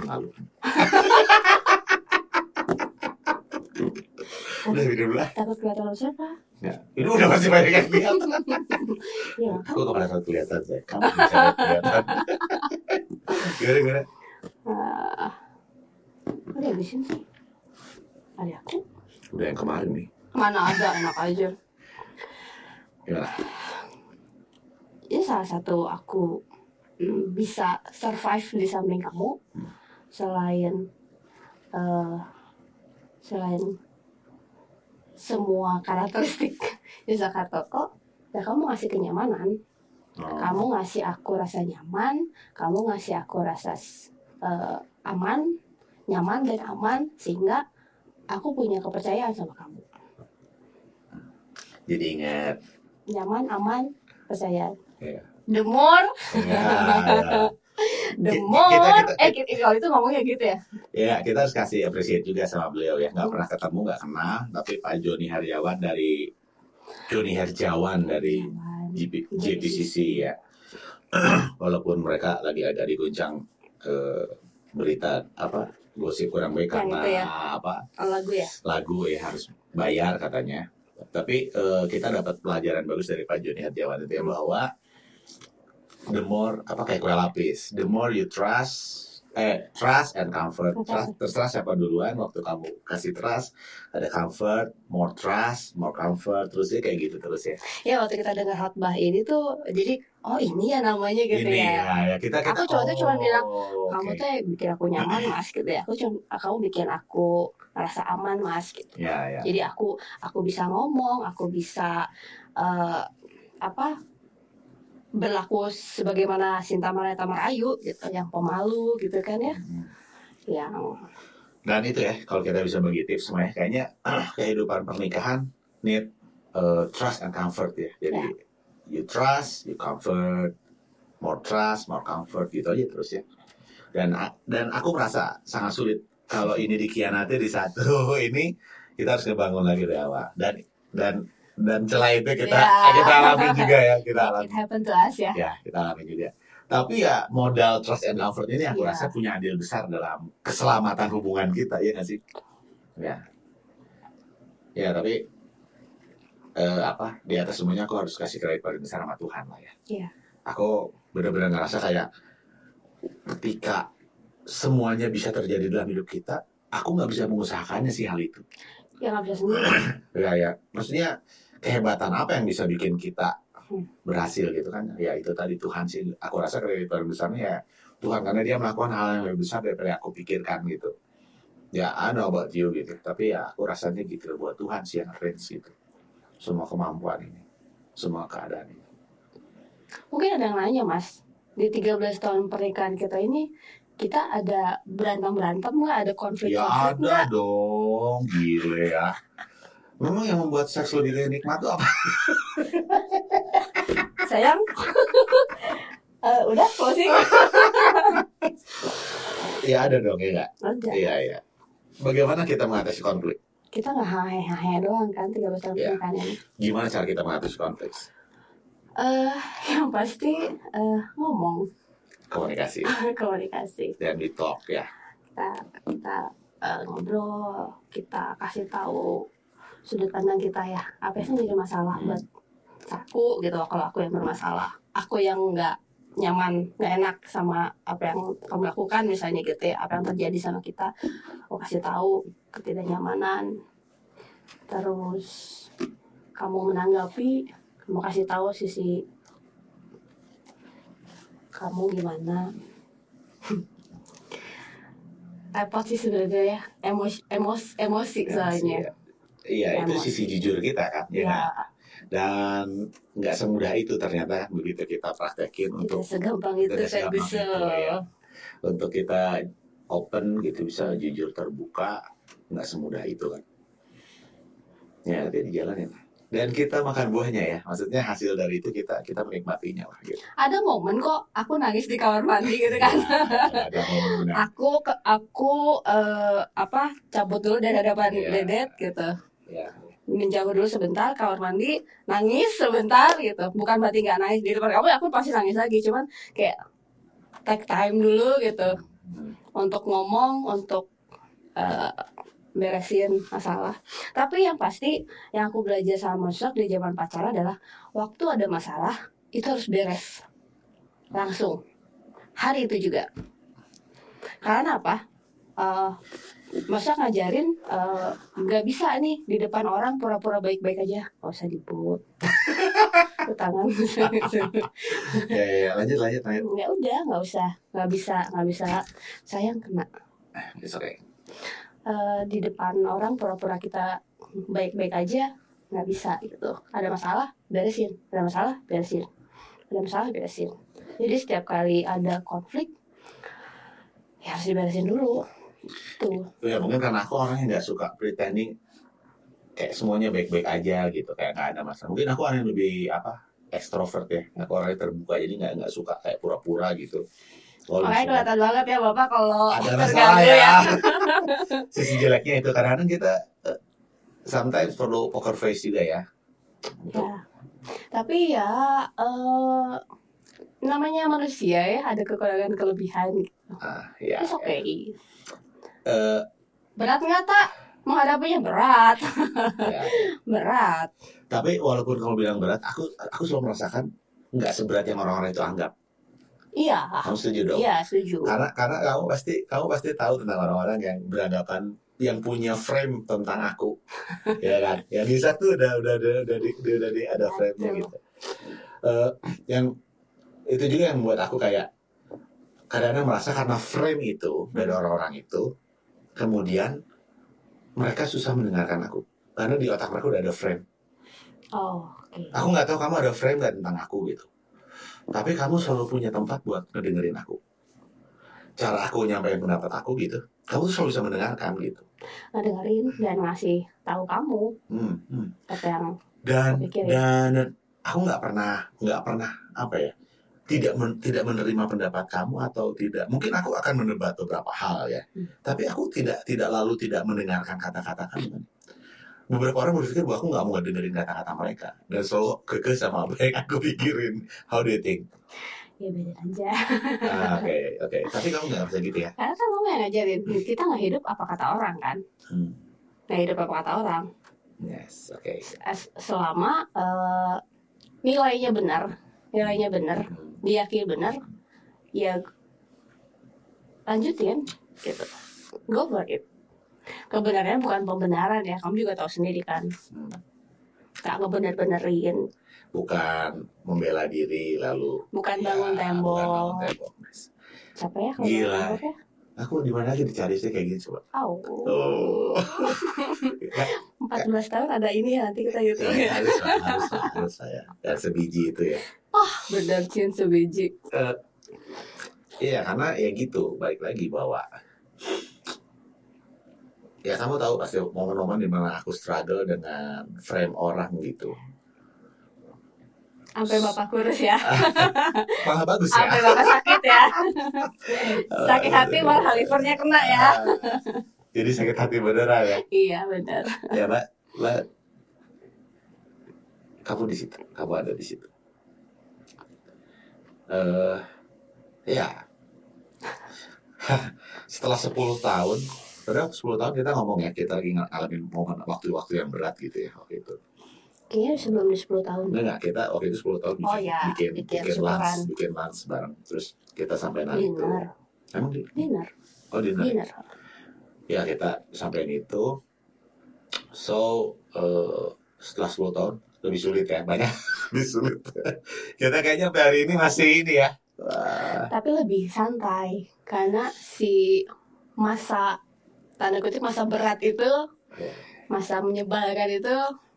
Udah minum lah. Takut kelihatan siapa? Ya, ini udah pasti banyak yang kelihatan. Iya. Aku kemarin takut kelihatan saya. Kamu bisa kelihatan. Gimana? Udah habisin sih. Ada aku? Udah yang kemarin nih. Mana ada, enak aja. Gimana? Ini salah satu aku bisa survive di samping kamu selain semua karakteristik Yusaka Toko, ya kamu ngasih kenyamanan. Kamu ngasih aku rasa nyaman, kamu ngasih aku rasa aman, nyaman dan aman, sehingga aku punya kepercayaan sama kamu. Jadi ingat, nyaman, aman, percaya. Yeah. The more, the more. Kalau itu ngomongnya gitu ya? Ya, kita harus kasih appreciate juga sama beliau ya. Nggak pernah ketemu, nggak kenal, tapi Pak Joni Herjawan dari JPCC ya. Walaupun mereka lagi ada diguncang berita gosip kurang baik karena ya? Lagu ya harus bayar katanya. Tapi kita dapat pelajaran bagus dari Pak Joni Herjawan itu ya, bahwa the more kayak kue lapis, the more you trust and comfort. Terserah siapa duluan. Waktu kamu kasih trust, ada comfort, more trust, more comfort, terus ya kayak gitu terus ya. Ya waktu kita dengar khotbah ini tuh, jadi ini ya namanya gitu ini, ya. Kita aku cuma bilang kamu tuh bikin aku nyaman mas gitu ya. Kamu bikin aku merasa aman mas gitu. Ya. Jadi aku bisa ngomong, aku bisa berlaku sebagaimana Sinta Marieta Merayu gitu, yang pemalu gitu kan ya. Yang dan itu ya, kalau kita bisa bagi tips semuanya, kayaknya kehidupan pernikahan need trust and comfort ya. Jadi you trust, you comfort, more trust, more comfort gitu aja terus ya. Dan aku merasa sangat sulit kalau ini dikhianati di satu ini, kita harus ngebangun lagi dari awal. Dan celah itu kita alami juga ya, kita alami. It happened to us ya. Ya, kita alami juga. Tapi ya modal trust and comfort ini aku rasa punya andil besar dalam keselamatan hubungan kita, ya nggak sih? Ya tapi di atas semuanya aku harus kasih kredit paling besar sama Tuhan lah ya. Aku benar-benar ngerasa kayak ketika semuanya bisa terjadi dalam hidup kita, aku nggak bisa mengusahakannya sih hal itu. Ya nggak bisa sendiri. Ya, maksudnya kehebatan apa yang bisa bikin kita berhasil gitu kan? Ya itu tadi Tuhan sih. Aku rasa kredit paling besarnya ya Tuhan, karena Dia melakukan hal yang lebih besar daripada aku pikirkan gitu. Ya I know about you gitu, tapi ya aku rasanya gitu buat Tuhan sih yang arrange gitu semua kemampuan ini, semua keadaan ini. Mungkin ada yang nanya, Mas, di 13 tahun pernikahan kita ini, kita ada berantem nggak? Ada konflik nggak? Ya ada dong, gile ya. Memang yang membuat seks lebih nikmat itu apa? Sayang, udah closing. Ya ada dong, ya nggak? Ada. Iya. Bagaimana kita mengatasi konflik? Kita nggak hahe doang kan 13 tahun pernikahan ini. Gimana cara kita mengatasi konflik? Yang pasti ngomong. Komunikasi. Dan di talk ya. Kita ngobrol, kita kasih tahu sudut pandang kita ya. Apa yang jadi masalah buat aku gitu. Kalau aku yang bermasalah, aku yang nggak nyaman, nggak enak sama apa yang kamu lakukan misalnya gitu ya, apa yang terjadi sama kita, aku kasih tahu ketidaknyamanan. Terus kamu menanggapi, kamu kasih tahu sisi kamu gimana. Repot sih sebenarnya ya, emosi soalnya. Iya, itu sisi jujur kita kan, ya. Dan nggak semudah itu ternyata begitu kita praktekin. Untuk segampang itu ya. Untuk kita open gitu, bisa jujur terbuka, nggak semudah itu kan. Ya, tapi dijalanin. Dan kita makan buahnya ya, maksudnya hasil dari itu kita menikmatinya lah gitu. Ada momen kok aku nangis di kamar mandi gitu kan. Ada momen. Aku cabut dulu dari hadapan Dedet gitu. Menjauh dulu sebentar, kamar mandi, nangis sebentar gitu. Bukan berarti nggak nangis di depan kamu, aku pasti nangis lagi, cuman kayak take time dulu gitu untuk ngomong, untuk beresin masalah. Tapi yang pasti yang aku belajar sama Mosak di zaman pacaran adalah waktu ada masalah itu harus beres langsung hari itu juga. Karena apa? Masa ngajarin nggak bisa nih di depan orang pura-pura baik-baik aja, nggak usah diput ke tangan. Ya lanjut. Ya udah nggak bisa sayang kena. It's okay. Di depan orang pura-pura kita baik-baik aja nggak bisa gitu. Ada masalah beresin, ada masalah beresin. Jadi setiap kali ada konflik ya harus diberesin dulu. Tuh. Ya mungkin karena aku orangnya nggak suka pretending kayak semuanya baik-baik aja gitu, kayak nggak ada masalah. Mungkin aku orang yang lebih ekstrovert ya. Aku orangnya terbuka, jadi nggak suka kayak pura-pura gitu. Makanya kelihatan banget ya Bapak kalau ada masalah ya. Sisi jeleknya itu kadang-kadang kita sometimes perlu poker face juga ya. Ya. Tapi ya namanya manusia ya, ada kekurangan kelebihan gitu. Ya. It's okay. Berat nggak tak? Menghadapinya berat. Ya. Berat. Tapi walaupun kamu bilang berat, aku selalu merasakan nggak seberat yang orang-orang itu anggap. Iya. Kamu setuju dong? Iya, setuju. Karena kamu pasti tahu tentang orang-orang yang beranggapan, yang punya frame tentang aku, ya kan? Yang bisa tuh udah ada frame-nya gitu. Yang itu juga yang membuat aku kayak kadang-kadang merasa karena frame itu dari orang-orang itu, kemudian mereka susah mendengarkan aku karena di otak mereka udah ada frame. Oh, okay. Aku nggak tahu kamu ada frame nggak tentang aku gitu. Tapi kamu selalu punya tempat buat ngedengerin aku. Cara aku nyampein pendapat aku gitu, kamu tuh selalu bisa mendengarkan gitu. Ngedengerin dan ngasih tahu kamu apa yang aku pikirin. Dan aku nggak pernah apa ya, tidak menerima pendapat kamu atau tidak. Mungkin aku akan mendebat beberapa hal ya, tapi aku tidak lalu tidak mendengarkan kata-kata kamu. Beberapa orang berpikir bahwa aku nggak mau dengerin kata-kata mereka dan selalu kekeh sama apa yang aku pikirin. How do you think? Ya beda aja. Oke. Tapi kamu nggak bisa gitu ya? Karena kan kamu yang ngajarin. Kita nggak hidup apa kata orang kan? Nggak hidup apa kata orang. Yes, oke. Selama nilainya benar, diyakini benar, ya lanjutin gitu. Go for it. Kebenaran bukan pembenaran ya, kamu juga tahu sendiri kan. Gak ngebener-benerin. Bukan membela diri lalu. Bukan bangun tembok. Siapa ya kalau gila. Aku di mana aja dicari sih kayak gitu coba. 14 tahun ada ini ya nanti kita YouTube ya. Harus saya. Dan sebiji itu ya. Benar Cin sebiji. Iya karena ya gitu, balik lagi bahwa ya kamu tahu pasti momen-momen dimana aku struggle dengan frame orang gitu. Sampai bapak kurus ya. Malah bagus ya. Sampai bapak sakit ya. Sakit hati malah livernya kena ya. Jadi sakit hati beneran ya. Iya benar. Ya Mbak, kamu di situ, kamu ada di situ. Ya. Setelah 10 tahun. Padahal 10 tahun kita ngomong ya, kita lagi ngalamin momen waktu-waktu yang berat gitu ya waktu itu. Kayaknya sebelum di 10 tahun. Enggak, kita waktu itu 10 tahun bikin lunch bareng. Terus kita sampai nanti itu. Emang dinner? Oh dinner. Ya kita sampai itu. So setelah 10 tahun lebih sulit ya, banyak lebih sulit. Kita kayaknya sampai hari ini masih ini ya. Tapi lebih santai karena si masa tanda kutip masa berat itu, masa menyebalkan itu,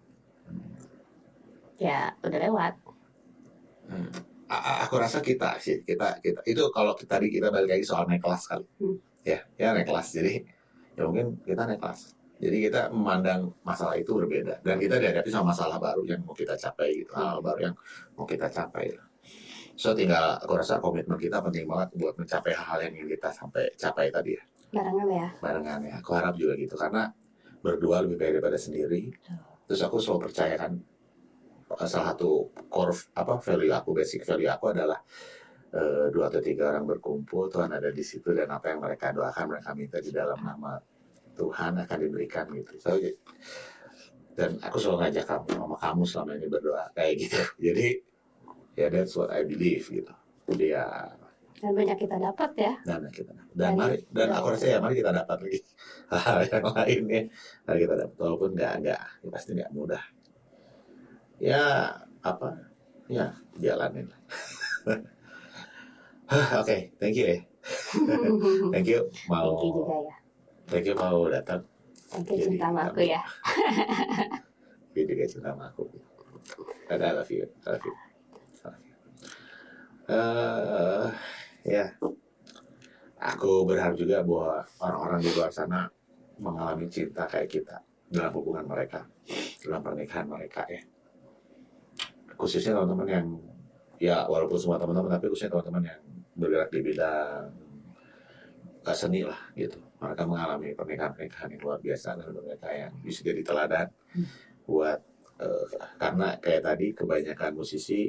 ya udah lewat. Aku rasa kita itu kalau tadi kita balik lagi soal naik kelas kali, ya naik kelas. Jadi ya mungkin kita naik kelas. Jadi kita memandang masalah itu berbeda dan kita dihadapi sama masalah baru yang mau kita capai gitu, hal baru yang mau kita capai. So tinggal aku rasa komitmen kita penting banget buat mencapai hal yang ingin kita capai tadi ya. Barengan ya. Aku harap juga gitu karena berdua lebih baik daripada sendiri. Terus aku selalu percaya kan salah satu core basic value aku adalah 2 atau 3 orang berkumpul, Tuhan ada di situ dan apa yang mereka doakan mereka minta di dalam nama Tuhan akan diberikan gitu. So, dan aku selalu ngajak kamu selama ini berdoa kayak gitu. Jadi ya that's what I believe gitu. Dia dan banyak kita dapat ya. Dan aku rasa ya mari kita dapat lagi hal yang lain ya. Mari kita dapat walaupun enggak ya pasti enggak mudah. Ya jalanin. Oke, thank you ya. Thank you mau. Thank you juga ya. Thank you mau datang. Thank you cinta sama aku ya. Dia juga cinta sama aku. I love you. Ya, aku berharap juga bahwa orang-orang di luar sana mengalami cinta kayak kita dalam hubungan mereka, dalam pernikahan mereka ya. Khususnya teman-teman yang ya walaupun semua teman-teman tapi khususnya teman-teman yang bergerak di bidang seni lah gitu. Mereka mengalami pernikahan yang luar biasa dan mereka yang bisa jadi teladan buat karena kayak tadi kebanyakan musisi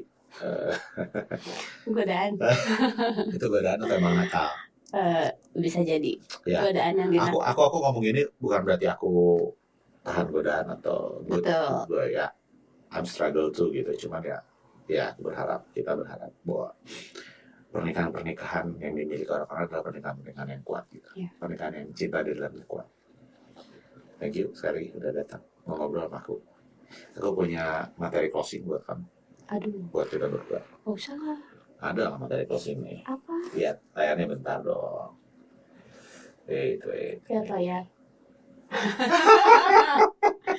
godaan itu godaan atau emang nakal bisa jadi ya. Godaan yang aku ngomong gini bukan berarti aku tahan godaan atau gue ya I'm struggle too gitu, cuman ya kita berharap bahwa pernikahan yang dimiliki orang-orang adalah pernikahan yang kuat gitu, pernikahan yang cinta di dalamnya kuat. Thank you sekali udah datang mau ngobrol sama aku punya materi closing buat kamu. Aduh. Buat kita berdua. Gak usah lah. Ada lah materi closing nih. Apa? Lihat layarnya bentar dong. Itu. Lihat layar.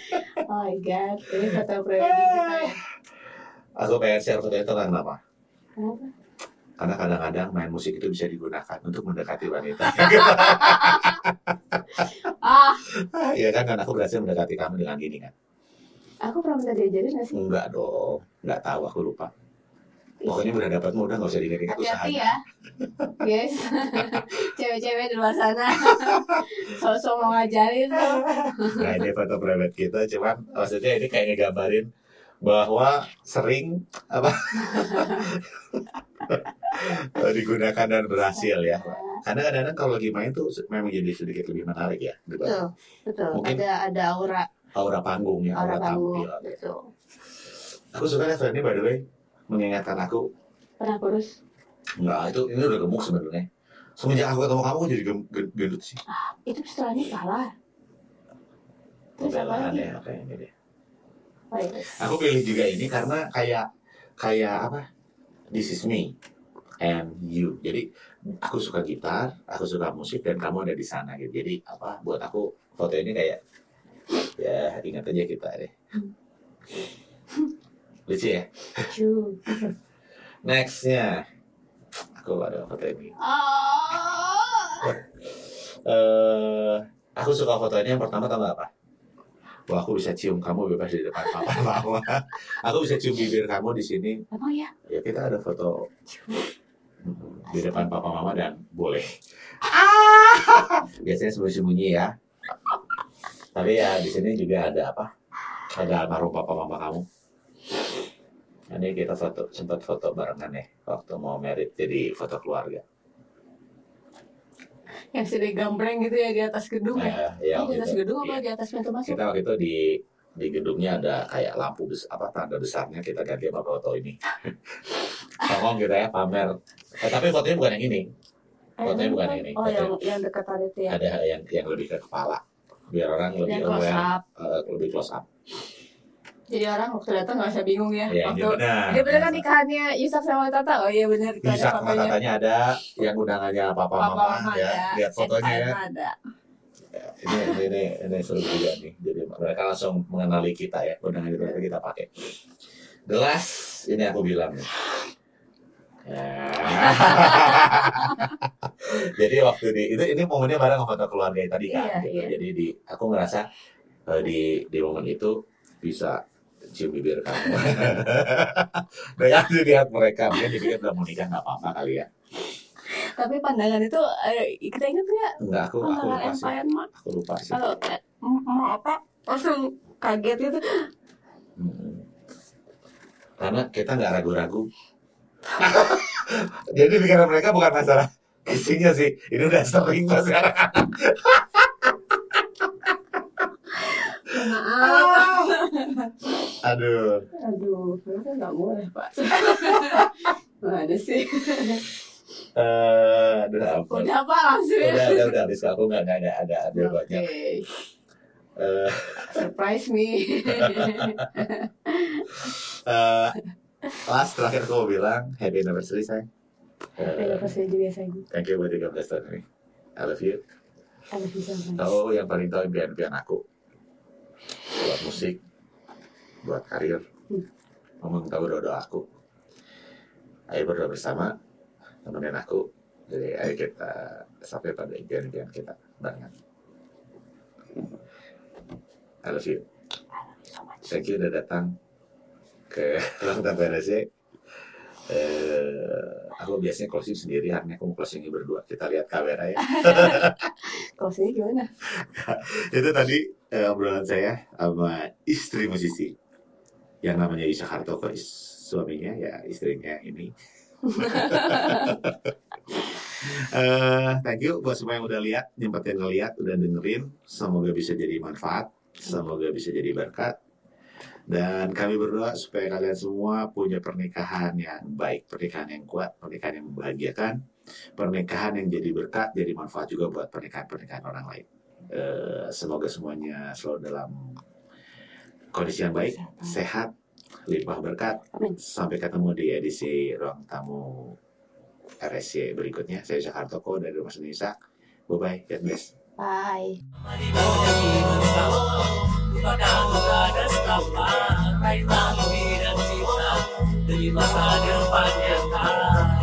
Oh my god, ini foto pribadi kita ya. Aku pengen share foto itu kan kenapa? Kenapa? Karena kadang-kadang main musik itu bisa digunakan untuk mendekati wanita. Iya kan, dan aku berhasil mendekati kamu dengan gini kan. Aku pernah minta diajarin gak sih? Enggak dong, enggak tahu, aku lupa. Pokoknya udah dapatmu, udah gak usah diingat-ingat Hati-hati usahanya. ya, guys. Cewek-cewek di luar sana sosok mau ngajarin tuh. Nah ini foto private kita, cuman maksudnya ini kayak ngegambarin bahwa sering apa digunakan dan berhasil ya. Karena kadang-kadang kalau lagi main tuh memang jadi sedikit lebih menarik ya. Betul. Mungkin ada aura panggung ya, aura panggung. tampil. Betul. Aku suka lihat ini by the way, mengingatkan aku. Pernah kurus? Enggak, ini udah gemuk sebenarnya. Semenjak aku ketemu kamu kok jadi gendut sih. Itu setelah nikah lah. Terus apa Pembelaan lagi? ya, kayak ini deh. Oh, yes. Aku pilih juga ini karena kayak apa? This is me and you. Jadi aku suka gitar, aku suka musik, dan kamu ada di sana gitu. Jadi apa? Buat aku foto ini kayak ya ingat aja kita deh. Lucu ya. Lucu. Nextnya aku ada foto ini. Aku suka foto ini yang pertama, tahu nggak apa? Wah, aku bisa cium kamu bebas di depan papa mama. Aku bisa cium bibir kamu di sini. Emang ya? Ya kita ada foto di depan papa mama dan boleh. Biasanya sembunyi-sembunyi ya. Tapi ya di sini juga ada apa? Ada almarhum papa mama kamu. Ini kita sempat foto barengan ya waktu mau merit, jadi foto keluarga. Yang sedih gambreng gitu ya di atas gedung ya? Ya Di atas gitu. gedung apa di atas pintu masuk? Kita waktu itu di gedungnya ada kayak lampu tanda besarnya, kita ganti sama foto ini. Songong kita ya pamer. Tapi fotonya bukan yang ini. Fotonya bukan yang ini. Oh, yang dekat tadi itu ya? Ada yang lebih ke kepala, biar orang lebih close up. Lebih close up. Jadi orang waktu datang nggak usah bingung ya. Ya, Waktu benar. dia bener kan nikahannya Yusak sama Tata. Oh iya benar. Bisa sama tatanya ada, yang undangannya papa mama ya. Lihat fotonya ya. Ada. Ini seru juga nih. Jadi mereka langsung mengenali kita ya. Undangan itu kita pakai. The last ini aku bilang nih. Ya. Jadi waktu ini momennya bareng foto keluarga tadi kan. Iya, iya. Jadi aku ngerasa di momen itu bisa cium bibir kamu. Dengan dilihat mereka, mungkin dipikir udah mau nikah nggak apa-apa kali ya. Tapi pandangan itu kita ingat nggak? Enggak, aku lupa sih. Aku lupa sih. Kalau mau apa langsung kaget gitu. Karena kita nggak ragu-ragu. Jadi pikiran mereka bukan masalah isinya sih. Ini udah sering masyarakat. Maaf. Aduh, Kenapa nggak boleh Pak? Mana sih? udah apa? Udah Pak langsung ya. Udah habis, aku nggak ada banyak. Surprise me. Last terakhir aku mau bilang happy anniversary sayang. Happy anniversary juga sayang. Thank you buat 13 tahun ini. I love you. I love you so much. Kau yang paling tahu impian-impian aku. Buat musik, buat karir. Ngomong tahu doa aku. Ayo berdoa bersama, temenin aku. Jadi ayo kita sampai pada impian-impian kita barengan. I love you. Thank you udah datang ke ulang tahun PNSC. Aku biasanya closing sendiri, hari ini aku mau closingnya berdua. Kita lihat kamera ya. Closingnya gimana? Itu tadi obrolan saya sama istri musisi yang namanya Yusak Hartoko, suaminya ya istrinya ini. Thank you buat semua yang udah lihat, nyempetin ngeliat, udah dengerin. Semoga bisa jadi manfaat, semoga bisa jadi berkat. Dan kami berdoa supaya kalian semua punya pernikahan yang baik, pernikahan yang kuat, pernikahan yang membahagiakan, pernikahan yang jadi berkat, jadi manfaat juga buat pernikahan-pernikahan orang lain. Semoga semuanya selalu dalam kondisi yang baik, sehat, limpah berkat. Amin. Sampai ketemu di edisi Ruang Tamu RSC berikutnya. Saya Yusak Hartoko dari Rumah Seni Yusak. Bye-bye, God bless. Bye. Lupakan luka dan setapak, raihlah mimpi dan cita. demi masa depan yang